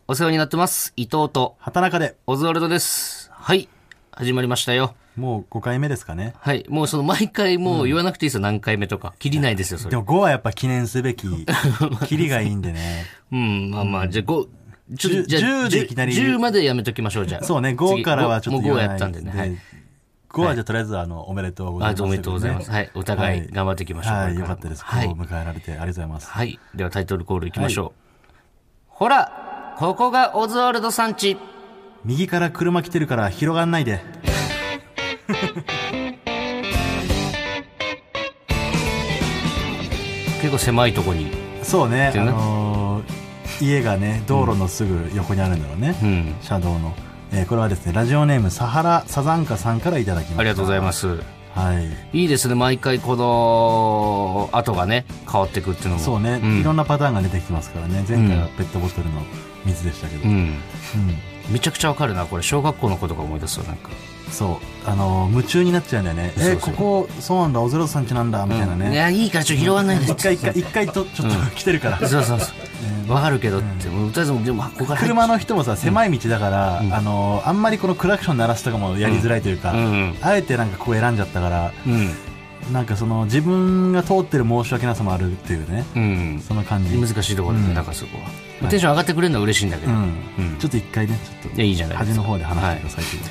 お世話になってます。伊藤と畑中でオズワルドです。はい。始まりましたよ。 もう5回目ですかね。 はい。もうその毎回もう言わなくていいですよ。何回目とか。切りないですよ、それ。 でも5はやっぱ記念すべき。切りがいいんでね。 まあまあ、じゃあ5、 10でいきなり。 10までやめときましょう、じゃあ。 そうね、5からはちょっと言わない。 もう5やったんでね。はい。 5はじゃあとりあえずおめでとうございます。 おめでとうございます。はい。お互い頑張っていきましょう。 はい、よかったです。 はい。 迎えられてありがとうございます。 はい。ではタイトルコールいきましょう。ほら、ここがオズワルドさんち。 右から車来てるから広がんないで。 結構狭いとこに。 そうね、家がね道路のすぐ横にあるんだろうね、車道の、これはですねラジオネームサハラサザンカさんからいただきました。 ありがとうございます。 はい、 いいですね。毎回この後がね変わっていくっていうのもそうね、いろんなパターンが出てきてますからね。前回はペットボトルの水でしたけど、 めちゃくちゃわかるな。これ小学校の子とか思い出すよ。なんかそう夢中になっちゃうんだよね。ここそうなんだ、オズワルドさんちなんだみたいなね、 いやいいからちょっと広がんないで。 一回ちょっと来てるから、 そうわかるけどって、もうとりあえずでもここから車の人もさ狭い道だから、あんまりこのクラクション鳴らすとかもやりづらいというか、あえてなんかここ選んじゃったから、なんかその自分が通ってる申し訳なさもあるっていうね、その感じ。 難しいところで、なんかそこはテンション上がってくれるのは嬉しいんだけど、 ちょっと一回ねちょっといいじゃないですか、 端の方で話してくださいという。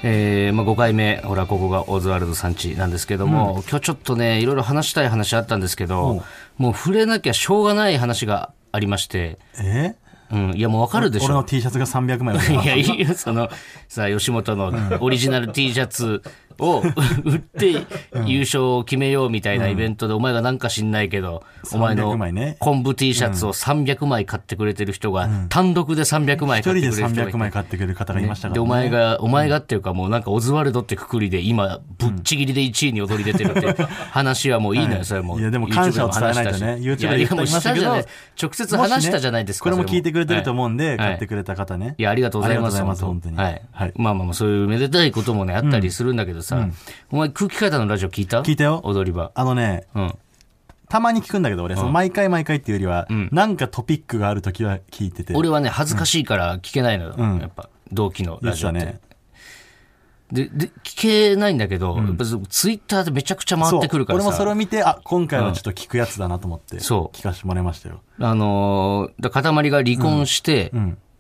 5回目、ほらここがオズワルドさんちなんですけども、今日ちょっとねいろいろ話したい話あったんですけど、もう触れなきゃしょうがない話がありまして。いやもう分かるでしょ。 俺の T シャツが300枚いやいいよ、そのさあ吉本のオリジナル T シャツを売って優勝を決めようみたいなイベントで、お前がなんか知んないけど、お前の昆布 T シャツを300枚買ってくれてる人が単独で300枚買ってくれる人がいて、 一人で300枚買ってくれる方がいましたからね。 でお前がっていうか、もうなんかオズワルドってくくりで今ぶっちぎりで1位に躍り出てるって話はもういいのよ。それはもういやでも感謝を伝えないとね。 YouTube で言ってましたけど、 直接話したじゃないですか。 これも聞いてくれてると思うんで、買ってくれた方ね、 いやありがとうございます。 本当に。 まあそういうめでたいこともねあったりするんだけどさ、お前空気階段のラジオ聞いた？ 聞いたよ。 踊り場たまに聞くんだけど、俺毎回っていうよりは、なんかトピックがあるときは聞いてて。 俺はね恥ずかしいから聞けないのよ、やっぱ同期のラジオってで聞けないんだけど、ツイッターでめちゃくちゃ回ってくるからさ。 俺もそれを見て、今回はちょっと聞くやつだなと思って聞かせてもらいましたよ。 塊が離婚して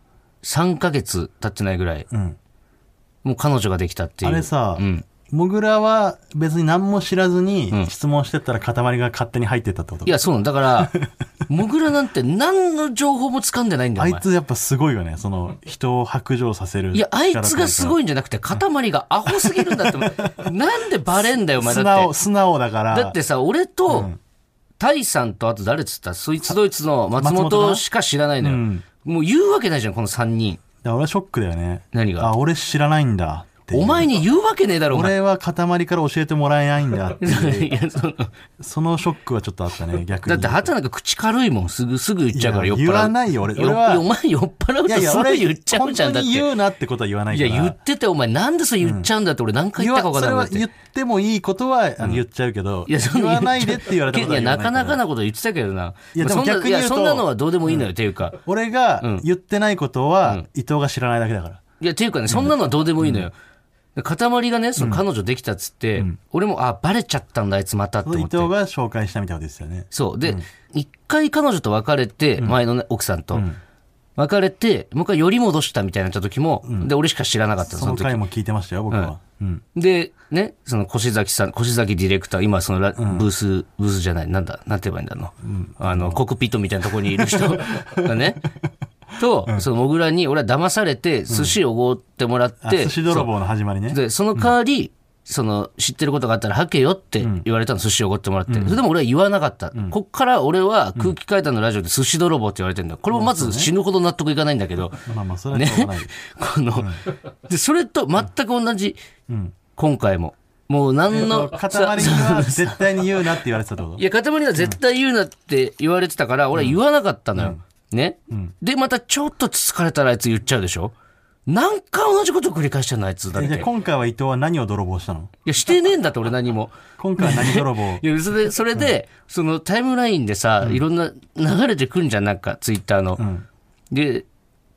3ヶ月経ってないぐらい、もう彼女ができたっていう。 あれさ、モグラは別に何も知らずに質問してったら塊が勝手に入ってったってこと？ いや、そうなんだから、モグラなんて何の情報も掴んでないんだよ。 あいつやっぱすごいよね。その人を白状させる。 いや、あいつがすごいんじゃなくて、塊がアホすぎるんだって。なんでバレんだよ、お前だって。 素直だから。 だってさ、俺と、タイさんとあと誰っつった？そいつドイツの松本しか知らないのよ。もう言うわけないじゃん、この3人。 俺はショックだよね。 何が？ 俺知らないんだ。 お前に言うわけねえだろ。 俺は塊から教えてもらえないんだっていう。いやそのショックはちょっとあったね、逆に。 だって畑なんか口軽いもん。すぐ言っちゃうから。酔っ払う。 言わないよ、俺は。 お前酔っ払うとすぐ言っちゃうじゃん。だって本当に言うなってことは言わないから。 いや言ってて、お前なんでそう言っちゃうんだって。俺何回言ったか分からない。 それは言ってもいいことは言っちゃうけど、言わないでって言われたことは言わないから。いやなかなかなこと言ってたけどな。 いやでも逆に言うと、 そんなのはどうでもいいのよ。っていうか、 俺が言ってないことは伊藤が知らないだけだから。 いやっていうかね、そんなのはどうでもいいのよ。塊がね、その彼女できたっつって、俺も、バレちゃったんだ、あいつまたって思って。 伊藤が紹介したみたいなことですよね。 そう。で、一回彼女と別れて、前のね、奥さんと、別れて、もう一回寄り戻したみたいになった時も、で、俺しか知らなかったの、 その回も聞いてましたよ、僕は。 で、ね、その越崎ディレクター、今そのブースじゃない、なんて言えばいいんだろう。コックピットみたいなところにいる人がね、と、そのモグラに俺は騙されて寿司をおごってもらって、 寿司泥棒の始まりね。 でその代わり、その知ってることがあったら吐けよって言われたの。寿司をおごってもらって、それでも俺は言わなかった、こっから俺は空気階段のラジオで寿司泥棒って言われてるんだ。これもまず死ぬほど納得いかないんだけど、 それはしょうがない。 でそれと全く同じ、今回ももう何の塊には絶対に言うなって言われてたってこと？ いや、塊には絶対言うなって言われてたから俺は言わなかったのよ、ね、でまたちょっとつつかれたらあいつ言っちゃうでしょ。なんか同じことを繰り返してんのあいつだって。 今回は伊藤は何を泥棒したの？ いやしてねえんだって俺何も。 今回は何泥棒？ いやそれで、そのタイムラインでさ、いろんな流れてくんじゃん、なんかツイッターの、で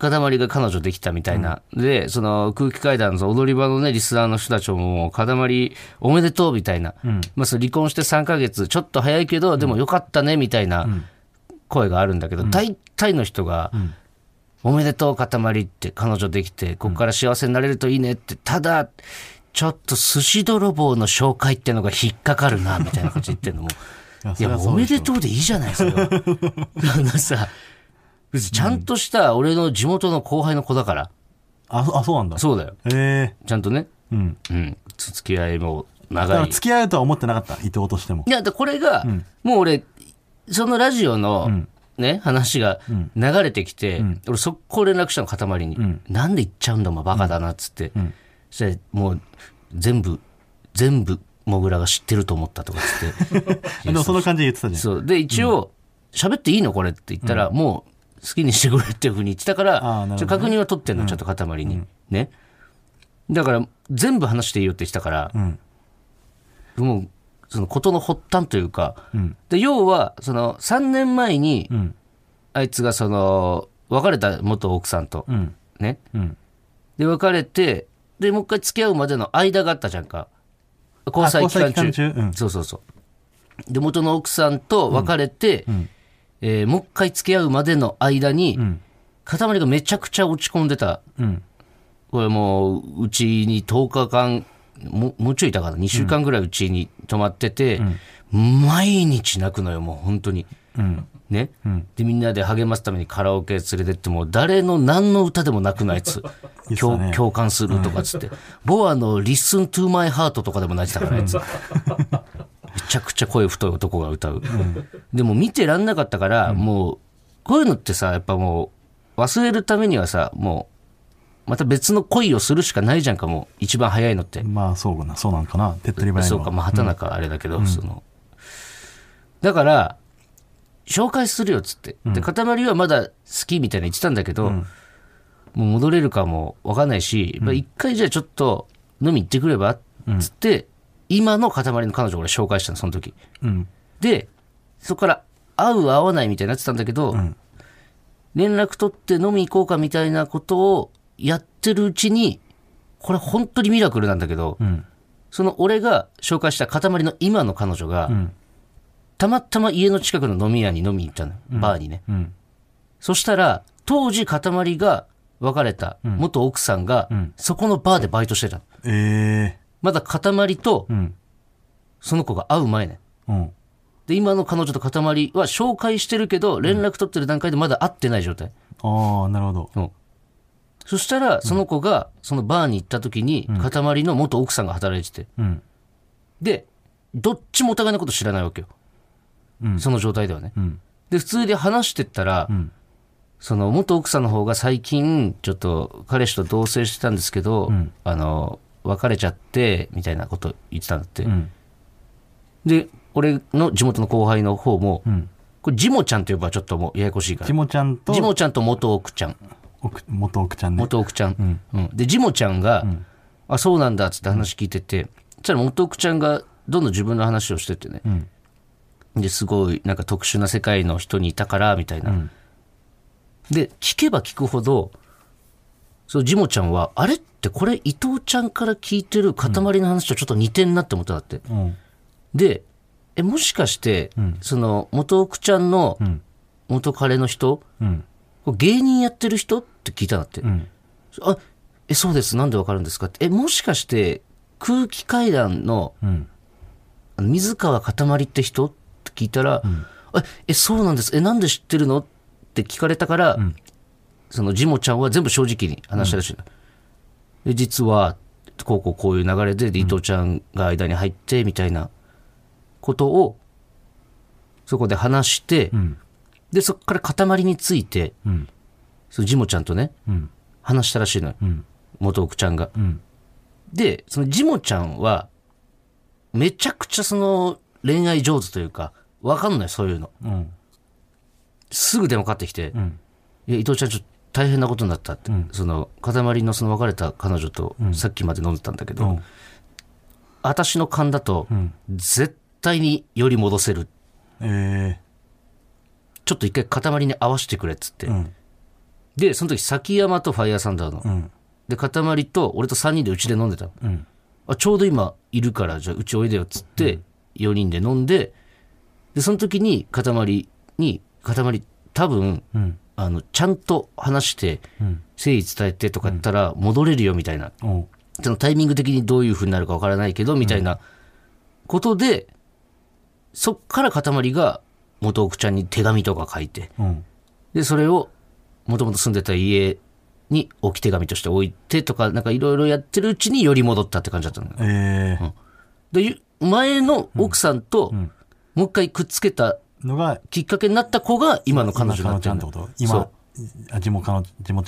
塊が彼女できたみたいな。で、その空気階段の踊り場のね、リスナーの人たちももう塊おめでとうみたいな。まあ、その離婚して3ヶ月、ちょっと早いけど、でもよかったねみたいな声があるんだけど、大体の人が、おめでとう塊って彼女できて、ここから幸せになれるといいねって、ただ、ちょっと寿司泥棒の紹介ってのが引っかかるな、みたいな感じで言ってんのも。いや、おめでとうでいいじゃないですか。さ、別にちゃんとした俺の地元の後輩の子だから。 そうなんだ。 そうだよ。ちゃんとね。付き合いも長い。 付き合うとは思ってなかった、伊藤としても。 いや、これが、もう俺、そのラジオの、ね、話が流れてきて、俺速攻連絡したの、塊に。なんで言っちゃうんだ、お前バカだな、っつって。そしてもう、全部、モグラが知ってると思ったとかつって。 でもその感じで言ってたじゃん。 そう。で、一応、喋っていいのこれって言ったら、もう好きにしてくれっていうふうに言ってたから、確認は取ってんの、ちょっと塊に。ね。だから、全部話していいよって言ってたから、もう、その事の発端というか、で要は、その3年前に、あいつがその、別れた元奥さんと、ね。で、別れて、で、もう一回付き合うまでの間があったじゃんか。交際期間中。そうそうそう。で、元の奥さんと別れて、もう一回付き合うまでの間に、塊がめちゃくちゃ落ち込んでた。これもう、うちに10日間、もうちょいいたかな、2週間ぐらいうちに泊まってて、毎日泣くのよ、もう本当に。ね、でみんなで励ますためにカラオケ連れてっても誰の何の歌でも泣くのあいつ共感するとかっつってボアの Listen to my heart とかでも泣いてたからあいつめちゃくちゃ声太い男が歌う、でも見てらんなかったから、もうこういうのってさやっぱもう忘れるためにはさもうまた別の恋をするしかないじゃんか、もう一番早いのって。 まあそうなんかな、手っ取り早いのは。 そうか、まあ畑中あれだけど、そのだから紹介するよっつって、で塊はまだ好きみたいな言ってたんだけど、もう戻れるかも分かんないし、一回じゃあちょっと飲み行ってくればっつって、今の塊の彼女を俺紹介したのその時、でそこから会う会わないみたいになってたんだけど、連絡取って飲み行こうかみたいなことをやってるうちに、これ本当にミラクルなんだけど、その俺が紹介した塊の今の彼女が、たまたま家の近くの飲み屋に飲みに行ったの、バーにね、そしたら当時塊が別れた元奥さんが、そこのバーでバイトしてたの、まだ塊とその子が会う前ね、で今の彼女と塊は紹介してるけど連絡取ってる段階でまだ会ってない状態。 ああ、なるほど。 そしたらその子がそのバーに行った時に塊の元奥さんが働いてて、でどっちもお互いのこと知らないわけよ、その状態ではね、で普通で話してったら、その元奥さんの方が最近ちょっと彼氏と同棲してたんですけど、別れちゃってみたいなこと言ってたんだって、で俺の地元の後輩の方も、これジモちゃんと呼ばちょっともうややこしいから、 ジモちゃんと元奥ちゃん、 元奥ちゃんね、 元奥ちゃん、でジモちゃんが、あそうなんだっつって話聞いてて、そしたら元奥ちゃんがどんどん自分の話をしててね、ですごいなんか特殊な世界の人にいたからみたいな、で聞けば聞くほどそのジモちゃんはあれってこれ伊藤ちゃんから聞いてる塊の話とちょっと似てんなって思ったんだって、でもしかして、その元奥ちゃんの元彼の人、芸人やってる人って聞いたんだって、あそうです、なんでわかるんですかって、もしかして空気階段の、水川かたまりって人って聞いたら、そうなんです、なんで知ってるのって聞かれたから、そのジモちゃんは全部正直に話したらしい、で実はこういう流れで、伊藤ちゃんが間に入ってみたいなことをそこで話して、でそこから塊について、そのジモちゃんとね、話したらしいのよ、元奥ちゃんが、でそのジモちゃんはめちゃくちゃその恋愛上手というか分かんない、そういうの、すぐ電話かかってきて、いや伊藤ちゃんちょっと大変なことになったって、その塊のその別れた彼女とさっきまで飲んでたんだけど、私の勘だと、絶対により戻せる、ちょっと一回塊に合わせてくれっつって、 でその時崎山とファイヤーサンダーの、で塊と俺と3人でうちで飲んでたの、あちょうど今いるからじゃあうちおいでよっつって4人で飲んで、でその時に塊多分、ちゃんと話して誠意伝えてとか言ったら戻れるよみたいな、そのタイミング的にどういう風になるかわからないけどみたいなことで、そっから塊が元奥ちゃんに手紙とか書いて、でそれをもともと住んでた家に置き手紙として置いてとかなんかいろいろやってるうちにより戻ったって感じだったんだよ、で前の奥さんともう一回くっつけたのがきっかけになった子が今の彼女になってるんだ。 今ジモちゃん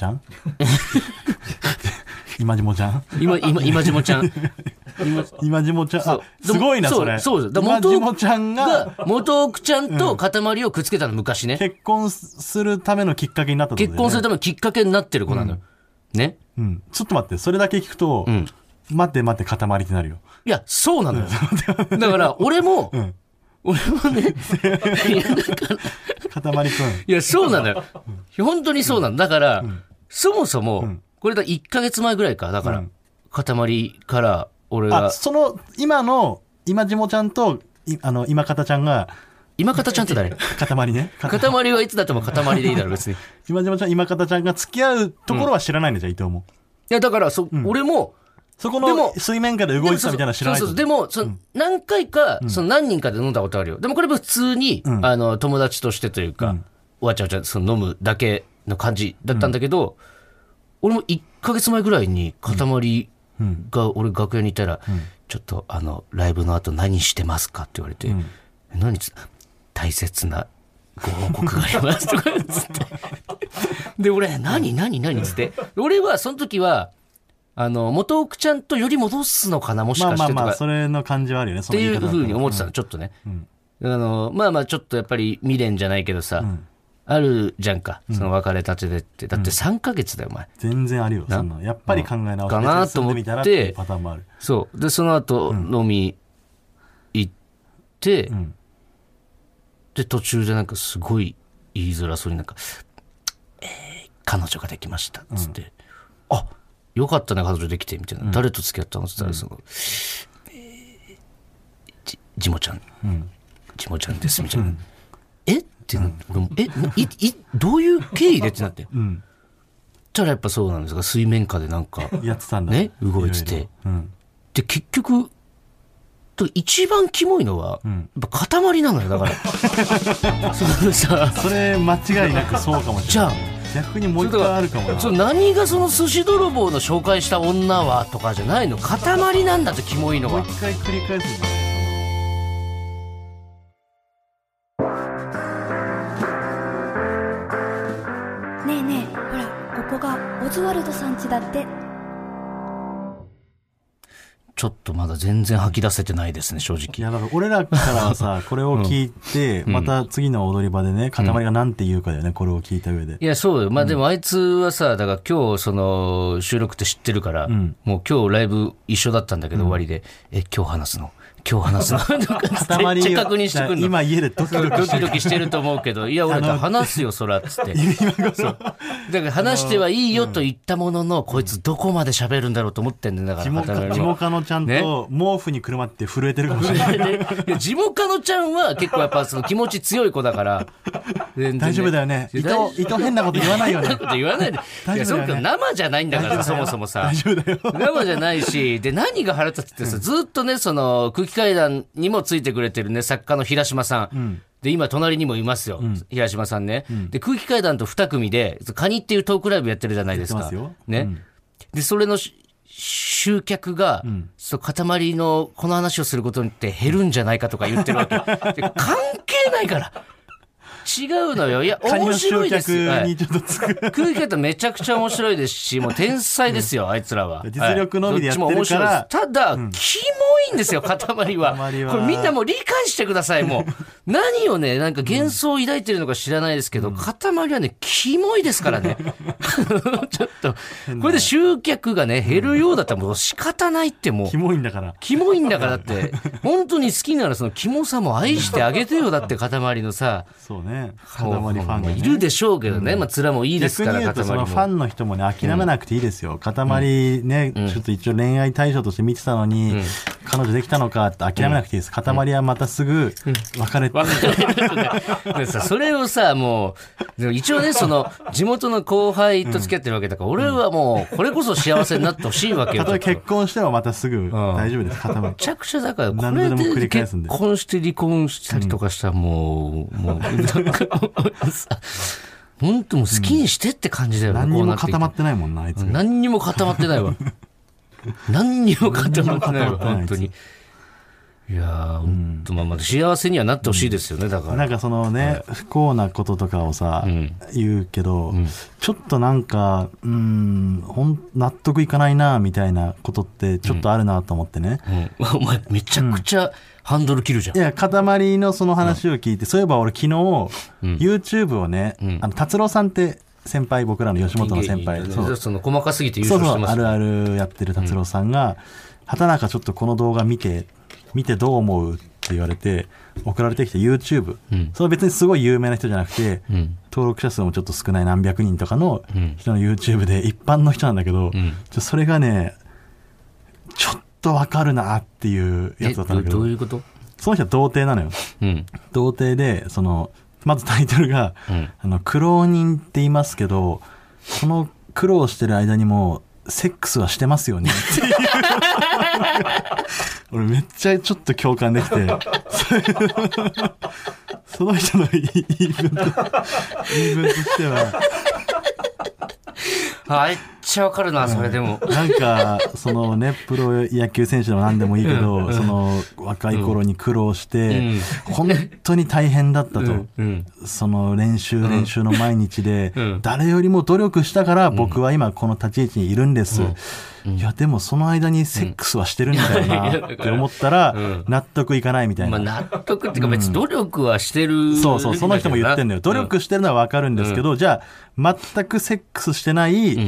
今ジモちゃん今ジモちゃん今ジモちゃんすごいなそれ。 そうだ今ジモちゃんが元奥ちゃんと塊をくっつけたの昔ね。 結婚するためのきっかけになったってことだよね。 結婚するためのきっかけになってる子なのよ、ね、 ちょっと待って、それだけ聞くと、待って塊ってなるよ。 いやそうなのよ、だから俺もねいやだから塊くんいやそうなのよ、本当にそうなのだから、そもそも、これだ1ヶ月前ぐらいかだから、塊から俺がその今の今ジモちゃんと今方ちゃんが今方ちゃんって誰？ 塊ね。 塊はいつだっても塊でいいだろ別に。 今ジモちゃん今方ちゃんが付き合うところは知らないんじゃ伊藤も。 いやだから俺もそこの水面下で動いてたみたいなの知らない。 そうでも何回か何人かで飲んだことあるよ。でもこれも普通に友達としてというかわちゃわちゃ飲むだけの感じだったんだけど、俺も1ヶ月前ぐらいに塊が俺楽屋にいたら、ちょっとライブの後何してますかって言われて、何大切なご報告がありますとかつってで俺何つって俺はその時は元奥ちゃんとより戻すのかなもしかしてとかそれの感じはあるよねっていうふうに思ってたの、ちょっとね、ちょっとやっぱり未練じゃないけどさ、あるじゃんかその別れたてでって、だって3ヶ月だよお前。 全然あるよそんなやっぱり考え直してかなと思ってパターンもある。 そうでその後飲み行って、で途中でなんかすごい言いづらそうになんか、彼女ができましたっつって、あよかったね彼女できてみたいな、誰と付き合ったのっつったらジモちゃん、ジモちゃんですみたいな、えって俺もどういう経緯でってなって、たらやっぱそうなんですが水面下でなんかやってたんだね動いてて、で結局一番キモいのは、やっぱ塊なのよだからそれ間違いなくそうかもしれない。じゃあ逆にもう一回あるかもな。 何がその寿司泥棒の紹介した女はとかじゃないの、塊なんだってキモいのが。 もう一回繰り返すんだね。 ねえねえほらここがオズワルドさん家だって。 ちょっとまだ全然吐き出せてないですね正直。 いやだから俺らからはさこれを聞いて、また次の踊り場でね塊がなんて言うかだよね、これを聞いた上で。 いやそうよ、まあでもあいつはさだから今日その収録って知ってるから、もう今日ライブ一緒だったんだけど、終わりで今日話すのとかめっちゃ確認してくるの。 今家でドキドキしてると思うけど、いや俺話すよそらっつってそうだから話してはいいよと言ったものの、こいつどこまで喋るんだろうと思ってんだから。 ジモカノちゃんと毛布にくるまって震えてるかもしれない。 いやジモカノちゃんは結構やっぱその気持ち強い子だから大丈夫だよね。伊藤変なこと言わないよね。 変なこと言わないで。いやそうか生じゃないんだからそもそもさ。 大丈夫だよ。 生じゃないし、で何が腹立つってさ、ずっとねその空気階段にもついてくれてるね作家の平島さん、で今隣にもいますよ、平島さんね、で空気階段と2組でカニっていうトークライブやってるじゃないですかね、でそれの集客が、そう塊のこの話をすることによって減るんじゃないかとか言ってるわけで関係ないから違うのよ。いや面白いですよ。空気階段めちゃくちゃ面白いですし、もう天才ですよ、あいつらは。 実力のみでやってるから。 ただ、キモいんですよ、塊は。これみんなもう理解してください、もう。何をね、なんか幻想を抱いてるのか知らないですけど、塊はね、キモいですからね。ちょっと、これで集客がね、減るようだったらもう仕方ないってもう。 キモいんだから。 キモいんだからって、本当に好きならそのキモさも愛してあげてよ、だって塊のさ。 そうね。 ね、塊ファンが、ね、 いるでしょうけどね、まあ面もいいですから。 逆に言うとそのファンの人もね諦めなくていいですよ。塊ね、ちょっと一応恋愛対象として見てたのに、彼女できたのかって諦めなくていいです。塊はまたすぐ別れて、 でさ、それをさ、もうでも一応ね、その地元の後輩と付き合ってるわけだから、俺はもうこれこそ幸せになってほしいわけよ。 たとえ結婚してもまたすぐ大丈夫です。塊めちゃくちゃだから、こ何度でも繰れでり返すんで結婚して離婚したりとかしたらもうなんかさ、本当もう好きにしてって感じだよね。 何にもこうなってきて固まってないもんな、あいつが。 何にも固まってないわ。何にも固まってないわ、本当に。いやー、本当まあ幸せにはなってほしいですよね、だから。 なんかそのね、不幸なこととかをさ、言うけど、ちょっとなんか、納得いかないな、みたいなことってちょっとあるなと思ってね。 お前めちゃくちゃハンドル切るじゃん。 いや、塊のその話を聞いて、そういえば俺昨日、YouTube をね、達郎さんって先輩、僕らの吉本の先輩。 その細かすぎて優勝してます。 そうそう、あるあるやってる達郎さんが、畑中ちょっとこの動画見てどう思うって言われて送られてきて YouTube、それ別にすごい有名な人じゃなくて、登録者数もちょっと少ない何百人とかの人の YouTube で一般の人なんだけど、それがねちょっとわかるなっていうやつだったんだけど、 どういうこと？ その人は童貞なのよ、童貞で、そのまずタイトルが、苦労人って言いますけど、その苦労してる間にもセックスはしてますよねっていう俺めっちゃちょっと共感できてその人の言い分としてはめっちゃわかるな、それでも。 なんか、そのね、プロ野球選手でも何でもいいけど、その若い頃に苦労して、本当に大変だったと。その練習の毎日で、誰よりも努力したから僕は今この立ち位置にいるんです。いや、でもその間にセックスはしてるんだよなって思ったら、納得いかないみたいな。 納得っていうか別に努力はしてる。 そうそう、その人も言ってんだよ。努力してるのはわかるんですけど、じゃあ、全くセックスしてない、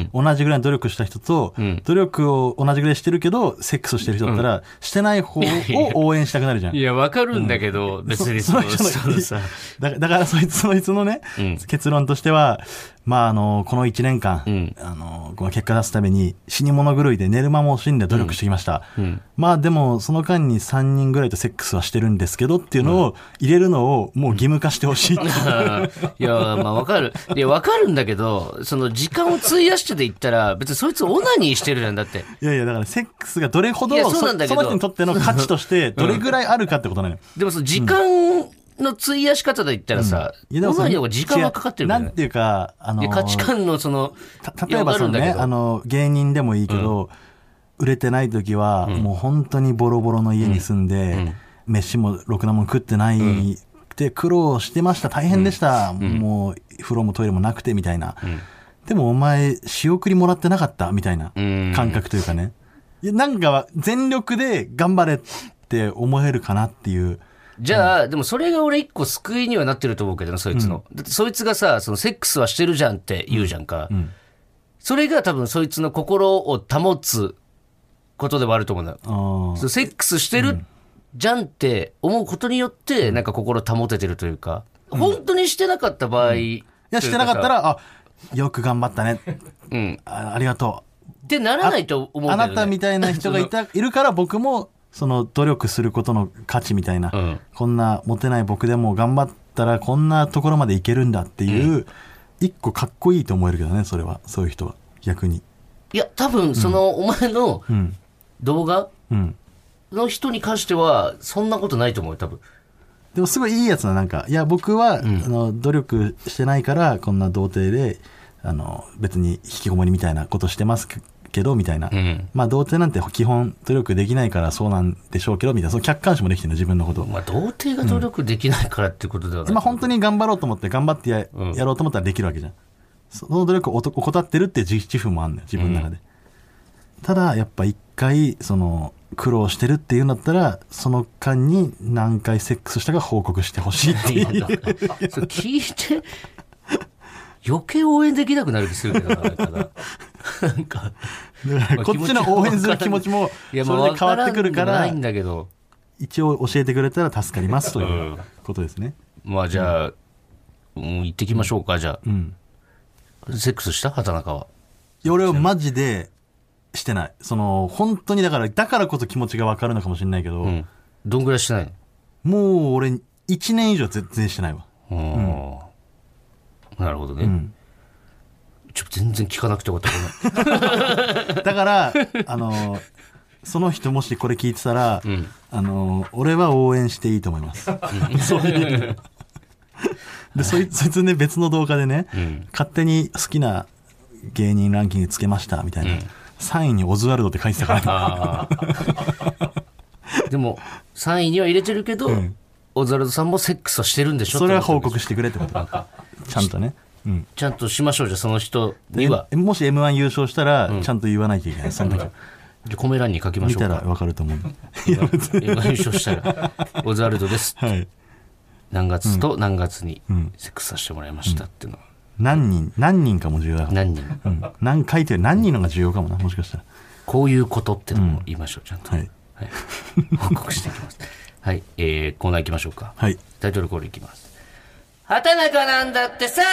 同じぐらいの努力した人と、努力を同じぐらいしてるけど、セックスしてる人だったら、してない方を応援したくなるじゃん。 いや、わかるんだけど、別にそのさ。 だからそいつのね、結論としては、まあこの1年間、この結果出すために死に物狂いで寝る間も惜しんで努力してきました。まあでもその間に3人ぐらいとセックスはしてるんですけどっていうのを入れるのをもう義務化してほしいって。 いや、まあわかる。いや、わかるんだけど、その時間を費やしてで言ったら、別にそいつオナニーしてるじゃん、だって。 いやいや、だからセックスがどれほど、その人にとっての価値としてどれぐらいあるかってことなのよ。 でもその時間、の費やし方で言ったらさ、オナニーの方が時間がかかってるからね。 なんていうか、 価値観のその、 例えばそのね、芸人でもいいけど、売れてない時は、もう本当にボロボロの家に住んで、飯もろくなもん食ってない、で、苦労してました、大変でした、もう風呂もトイレもなくてみたいな。でもお前、仕送りもらってなかったみたいな感覚というかね。なんか全力で頑張れって思えるかなっていう。 じゃあ、でもそれが俺一個救いにはなってると思うけどな、そいつの。だってそいつがさ、そのセックスはしてるじゃんって言うじゃんか。それが多分そいつの心を保つことではあると思うんだよ。セックスしてるじゃんって思うことによって、なんか心保ててるというか、本当にしてなかった場合。いや、してなかったら、よく頑張ったね。ありがとう。ってならないと思うんだよね。 あなたみたいな人がいるから僕も、その努力することの価値みたいな、こんなモテない僕でも頑張ったらこんなところまでいけるんだっていう、一個かっこいいと思えるけどね、それは。そういう人は逆に。 いや、多分そのお前の動画の人に関してはそんなことないと思うよ、多分。 でもすごいいいやつな、なんか、いや僕は、努力してないからこんな童貞で別に引きこもりみたいなことしてますけどみたいな、まあ童貞なんて基本努力できないからそうなんでしょうけどみたいな、その客観視もできてるの、自分のこと。 まあ童貞が努力できないからってことではない。 まあ本当に頑張ろうと思って頑張ってやろうと思ったらできるわけじゃん。その努力を怠ってるっていう自負もあるんだよ、自分の中で。ただやっぱ一回その苦労してるっていうんだったら、その間に何回セックスしたか報告してほしいっていう。 それ聞いて余計応援できなくなる気するけどな、なんかだからこっちの応援する気持ちもそれで変わってくるから、一応教えてくれたら助かりますということですね。 まあじゃあ行ってきましょうか、じゃあ。セックスした畑中は。 いや俺はマジでしてない。本当にだからこそ気持ちが分かるのかもしれないけど、 どんぐらいしてないの？もう俺1年以上全然してないわ。 なるほどね。全然聞かなくてよかっただからその人もしこれ聞いてたら、俺は応援していいと思います。そういうでそいつね別の動画でね、勝手に好きな芸人ランキングつけましたみたいな、3位にオズワルドって書いてたから、 でも3位には入れてるけど、オズワルドさんもセックスはしてるんでしょ。 それは報告してくれってことちゃんとね、 ちゃんとしましょう。じゃあその人にはもし M1 優勝したらちゃんと言わないといけない。その時コメ欄に書きましょうか。 見たら分かると思う。 M1 優勝したらオズワルドです、 はい、 何月と何月にセックスさせてもらいましたっていうのは、 何人かも重要だ。 何人、 何回という何人のが重要かもな、もしかしたら。 こういうことってのも言いましょう、ちゃんと、報告していきます。はい、コーナー行きましょうか。 はい、 タイトルコールいきます。畑中なんだってさ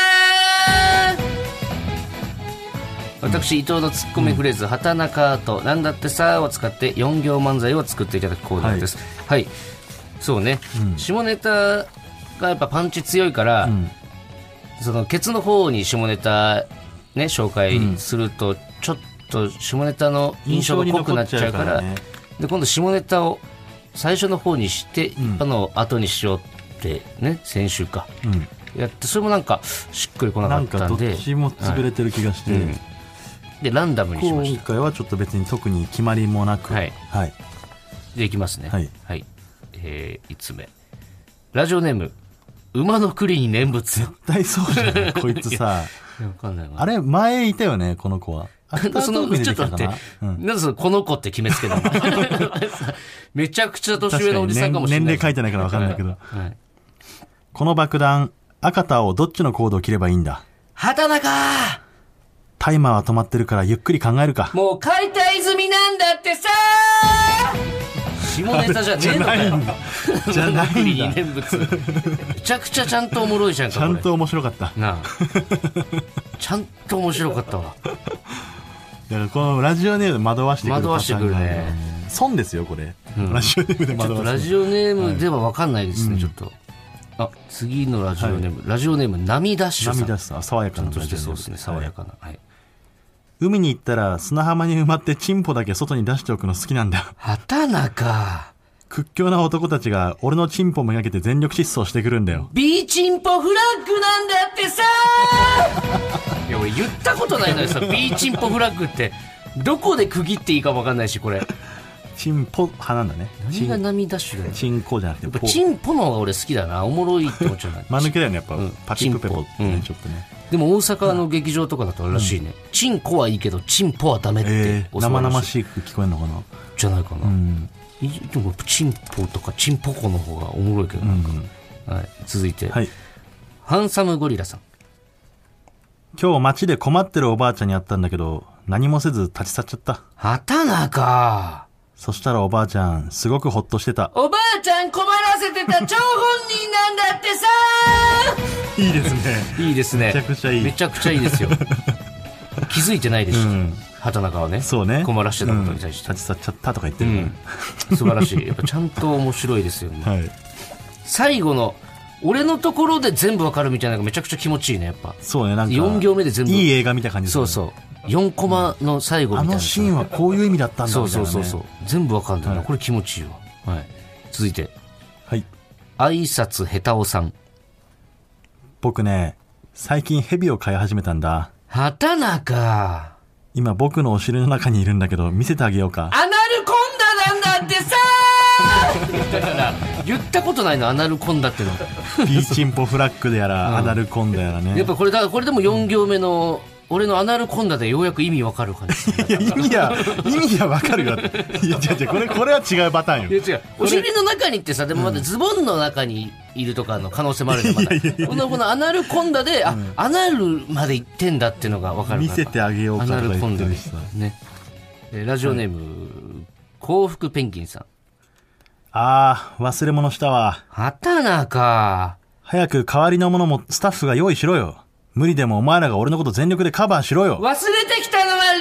私伊藤のツッコミフレーズ、畑中となんだってさを使って4行漫才を作っていただくコーナーです。はい、そうね、下ネタがやっぱパンチ強いから、そのケツの方に下ネタね紹介すると、ちょっと下ネタの印象が濃くなっちゃうから、で今度下ネタを最初の方にして、の後にしようってね、先週か、やって、それもなんかしっくりこなかったんで、 なんかどっちも潰れてる気がして、 でランダムにしました。 今回はちょっと別に特に決まりもなく、 でいきますね。5つ目、ラジオネーム馬の栗に念仏。 絶対そうじゃないこいつさ分かんないわ。 あれ前いたよね、この子は。 ちょっと待って、なんでそのこの子って決めつけたのめちゃくちゃ年上のおじさんかもしれない。 年齢書いてないから分かんないけど、この爆弾赤田をどっちのコードを切ればいいんだ。 畑中、 タイマーは止まってるからゆっくり考えるか。 もう解体済みなんだってさ下ネタじゃねえのかよ。 じゃないんだ。 めちゃくちゃちゃんとおもろいじゃんか。 ちゃんと面白かったなあちゃんと面白かったわ。 だからこのラジオネームで惑わしてくるパターンが、 惑わしてくるね。 損ですよこれ、ラジオネームで惑わして。 ラジオネームでは分かんないですね、ちょっと。次のラジオネーム、ラジオネーム波ダッシュさん。 波ダッシュさん、爽やかなちゃんとしてそうですね、爽やかな。 海に行ったら砂浜に埋まってチンポだけ外に出しておくの好きなんだ。 畑中、 屈強な男たちが俺のチンポめがけて全力疾走してくるんだよ。 ビーチンポフラッグなんだってさいや俺言ったことないのよさ、ビーチンポフラッグってどこで区切っていいか分かんないし、これチンポ派なんだね。 何が波ダッシュだよ。 チンコじゃなくてポ。チンポの方が俺好きだな、おもろいって思っちゃうな。 間抜けだよねやっぱ、パチンコペポってね、ちょっとね。 でも大阪の劇場とかだとあるらしいね、チンコはいいけどチンポはダメって生々しく聞こえるのかな。 じゃないかな、でもチンポとかチンポコの方がおもろいけどなんか、続いて、ハンサムゴリラさん。 今日街で困ってるおばあちゃんに会ったんだけど何もせず立ち去っちゃった。 畑中、 そしたらおばあちゃんすごくホッとしてた。 おばあちゃん困らせてた張本人なんだってさいいですね。 いいですね。 めちゃくちゃいい。 めちゃくちゃいいですよ気づいてないですし、畑中はね、 そうね、 困らしてたことに対して、 立ち去っちゃったとか言ってる、 素晴らしい。やっぱちゃんと面白いですよね、最後の俺のところで全部わかるみたいなのがめちゃくちゃ気持ちいいね。やっぱそうね、なんか 4行目で全部いい映画見た感じですね。 そうそう、4コマの最後みたいな、 あのシーンはこういう意味だったんだみたいな、ね、 そう全部わかるんだよな、これ気持ちいいわ。続いて、挨拶下手おさん。 僕ね最近ヘビを飼い始めたんだ。 畑中、 今僕のお尻の中にいるんだけど見せてあげようか。 アナルコンダなんだってさだから言ったことないの、アナルコンダってのビーチンポフラッグでやら、アナルコンダやらね。 やっぱこれでも4行目の俺のアナルコンダでようやく意味わかる感じいや意味はわかるよ。いや違うこれは違うパターンよ。 いや違う、お尻の中にってさ、でもまだズボンの中にいるとかの可能性もあるじゃん、まだこのアナルコンダで、アナルまで行ってんだっていうのがわかる。 見せてあげようかとか言ってるしさ、 ね。ラジオネーム、幸福ペンギンさん。 忘れ物したわ。 畑中、 早く代わりのものもスタッフが用意しろよ。無理でもお前らが俺のこと全力でカバーしろよ。 忘れてきたのは倫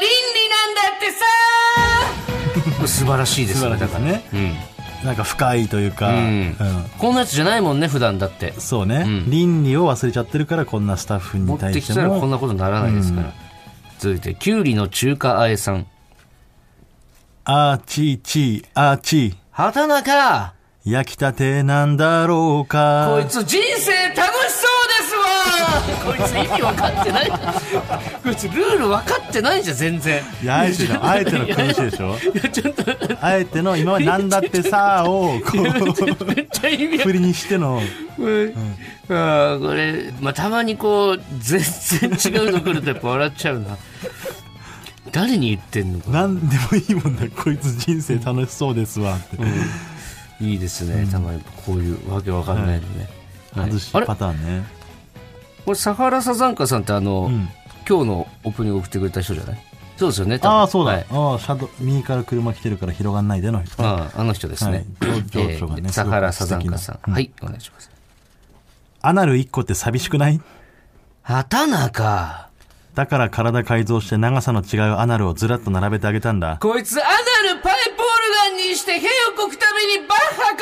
理なんだってさ素晴らしいですね。 だからね、なんか深いというか、 こんなやつじゃないもんね普段だって。 そうね、倫理を忘れちゃってるからこんなスタッフに対しても持ってきたらこんなことにならないですから。続いてきゅうりの中華あえさん。 あーちーちーあーちー畑中焼きたてなんだろうか。 こいつ人生楽しそうですわこいつ意味分かってないこいつルール分かってないじゃん全然。 いやあえての苦しいでしょ。いやちょっとあえての今までなんだってさをこうめっちゃ意味振りにしてのこれ、たまにこう全然違うの来るとやっぱ笑っちゃうな誰に言ってんのかなんでもいいもんだこいつ人生楽しそうですわって、 いいですね、たまにこういうわけわかんないのね、 外しパターンね。 これサハラサザンカさんって今日のオープニング送ってくれた人じゃない？そうですよね。 ああそうだ、右から車来てるから広がんないでの人。 あの人ですね、サハラサザンカさん、はいお願いします。 アナル1個って寂しくない？ 畑中だから体改造して長さの違うアナルをずらっと並べてあげたんだ。 こいつアナルパイプオルガンにして屁をこくためにバッハ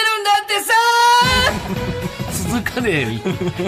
奏でるんだってさ続かねえよい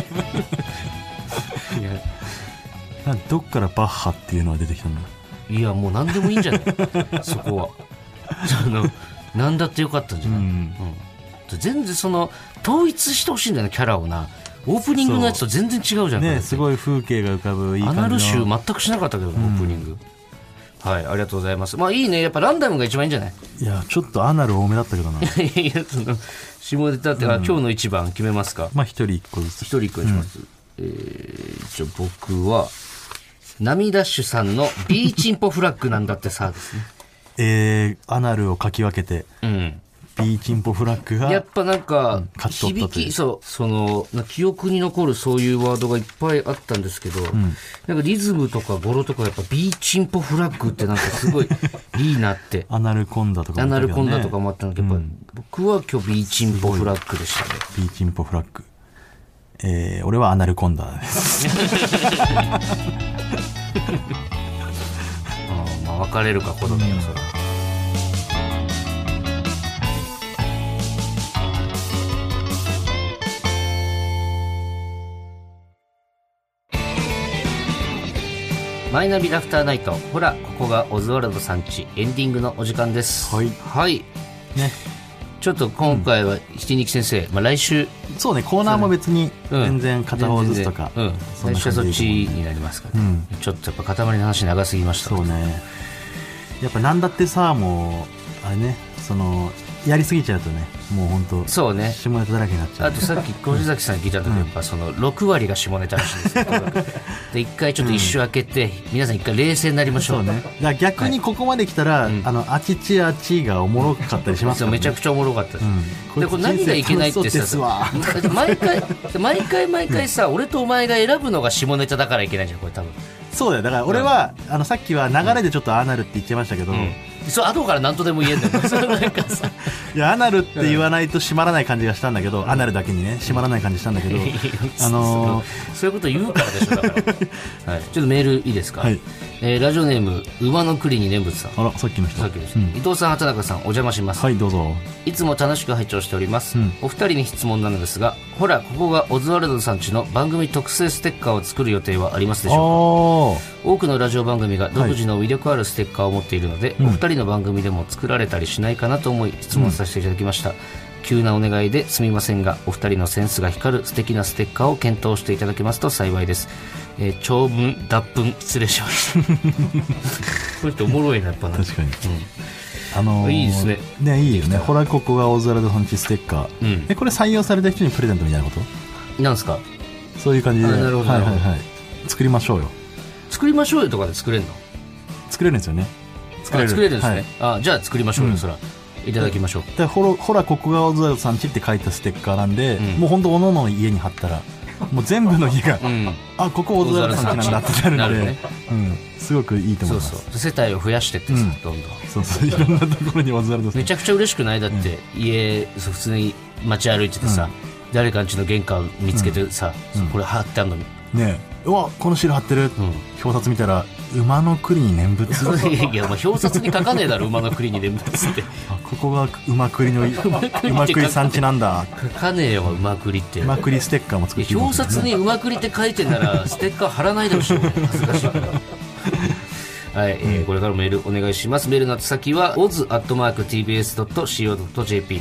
やどっからバッハっていうのが出てきたんだ。いやもう何でもいいんじゃないそこは何だってよかったんじゃない、全然その統一してほしいんだよねキャラをな。オープニングのやつと全然違うじゃんね。すごい風景が浮かぶいい感じのアナル集全くしなかったけど、オープニング。はいありがとうございます。いいねやっぱランダムが一番いいんじゃない？ いやちょっとアナル多めだったけどな。 いやその下ネタって、今日の一番決めますか？ 一人一個ずつ。 一人一個にします。じゃあ僕はナミダッシュさんのビーチンポフラッグなんだってさですね。アナルをかき分けて。ビーチンポフラッグがやっぱなんか響きその記憶に残るそういうワードがいっぱいあったんですけど、なんかリズムとか語呂とかやっぱビーチンポフラッグってなんかすごいいいなってアナルコンダとかもあったけどね。 アナルコンダとかもあったんだけど、やっぱ僕は今日ビーチンポフラッグでしたね。 ビーチンポフラッグ、俺はアナルコンダです分かれるかほどだよそれ。マイナビラフターナイト、ほらここがオズワルドさんち、エンディングのお時間です。はいね、ちょっと今回は七日先生、来週そうねコーナーも別に全然片方ずつとか、 来週はそっちになりますから、ちょっとやっぱ塊の話長すぎました。 そうねやっぱなんだってさもうあれねそのやりすぎちゃうとねもう本当そうね下ネタだらけになっちゃう。 あとさっき小路崎さんに聞いた時、やっぱその6割が下ネタらしいんですよで一回ちょっと一周開けて、皆さん一回冷静になりましょう。 そうねだから逆にここまで来たら、あちちあちがおもろかったりしますからね。 めちゃくちゃおもろかったです、でこれ何がいけないってさ毎回さ、俺とお前が選ぶのが下ネタだからいけないじゃんこれ多分。 そうだよだから俺は、さっきは流れでちょっとアナルって言っちゃいましたけど、 そう後から何とでも言えんだよなんかさいやアナルって言わないと閉まらない感じがしたんだけど、アナルだけにね閉まらない感じしたんだけどそういうこと言うからでしょだから、はい、ちょっとメールいいですか、ラジオネーム馬の栗に念仏さん。 あらさっきの人、 伊藤さん畑中さんお邪魔します。 はいどうぞ。 いつも楽しく拝聴しております、お二人に質問なのですが、ほらここがオズワルドさんちの番組特製ステッカーを作る予定はありますでしょうか。多くのラジオ番組が独自の魅力あるステッカーを持っているので、お二人の番組でも作られたりしないかなと思い質問させていただきました、急なお願いですみませんが、お二人のセンスが光る素敵なステッカーを検討していただけますと幸いです。長文脱文失礼しましたこれっておもろいなやっぱな。 確かに、 いいですね。 ねいいよね。ほらここがオズワルドさんちステッカー、これ採用された人にプレゼントみたいなことなんですか。 そういう感じで。 なるほど、 作りましょうよ。 作りましょうよとかで作れるの？ 作れるんですよね。 作れるんですね、じゃあ作りましょうよ、そらいただきましょう。 でほらここがオズワルドさんちって書いたステッカーなんで、もう本当おのおのの家に貼ったらもう全部の家が、あここオズワルドさんちなんだってなるんで、すごくいいと思います。 そう世帯を増やしてってさ、どんどんそういろんなところにオズワルドさんめちゃくちゃ嬉しくない？だって、家普通に街歩いててさ、 誰かんちの玄関見つけてさ、これ貼ってあるのにねえ、うわこのシール貼ってる、表札見たら馬の栗に念仏いや、表札に書かねえだろ馬の栗に念仏ってここが馬栗の馬栗産地なんだ。 書かねえよ馬栗って。 馬栗ステッカーも作って、 表札に馬栗って書いてんならステッカー貼らないでほしい。恥ずかしいからはい、これからもメールお願いします。メールの宛先は oz@tbs.co.jp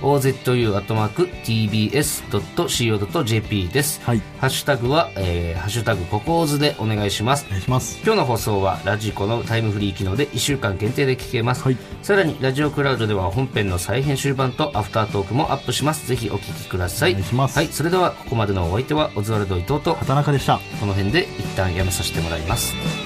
ozu@tbs.co.jp です、はい、ハッシュタグは、ハッシュタグココーズでお願いします。 お願いします。 今日の放送はラジコのタイムフリー機能で1週間限定で聞けます、はい、さらにラジオクラウドでは本編の再編集版とアフタートークもアップします。ぜひお聞きください。 お願いします。 はい、それではここまでのお相手はオズワルド伊藤と畑中でした。 この辺で一旦やめさせてもらいます。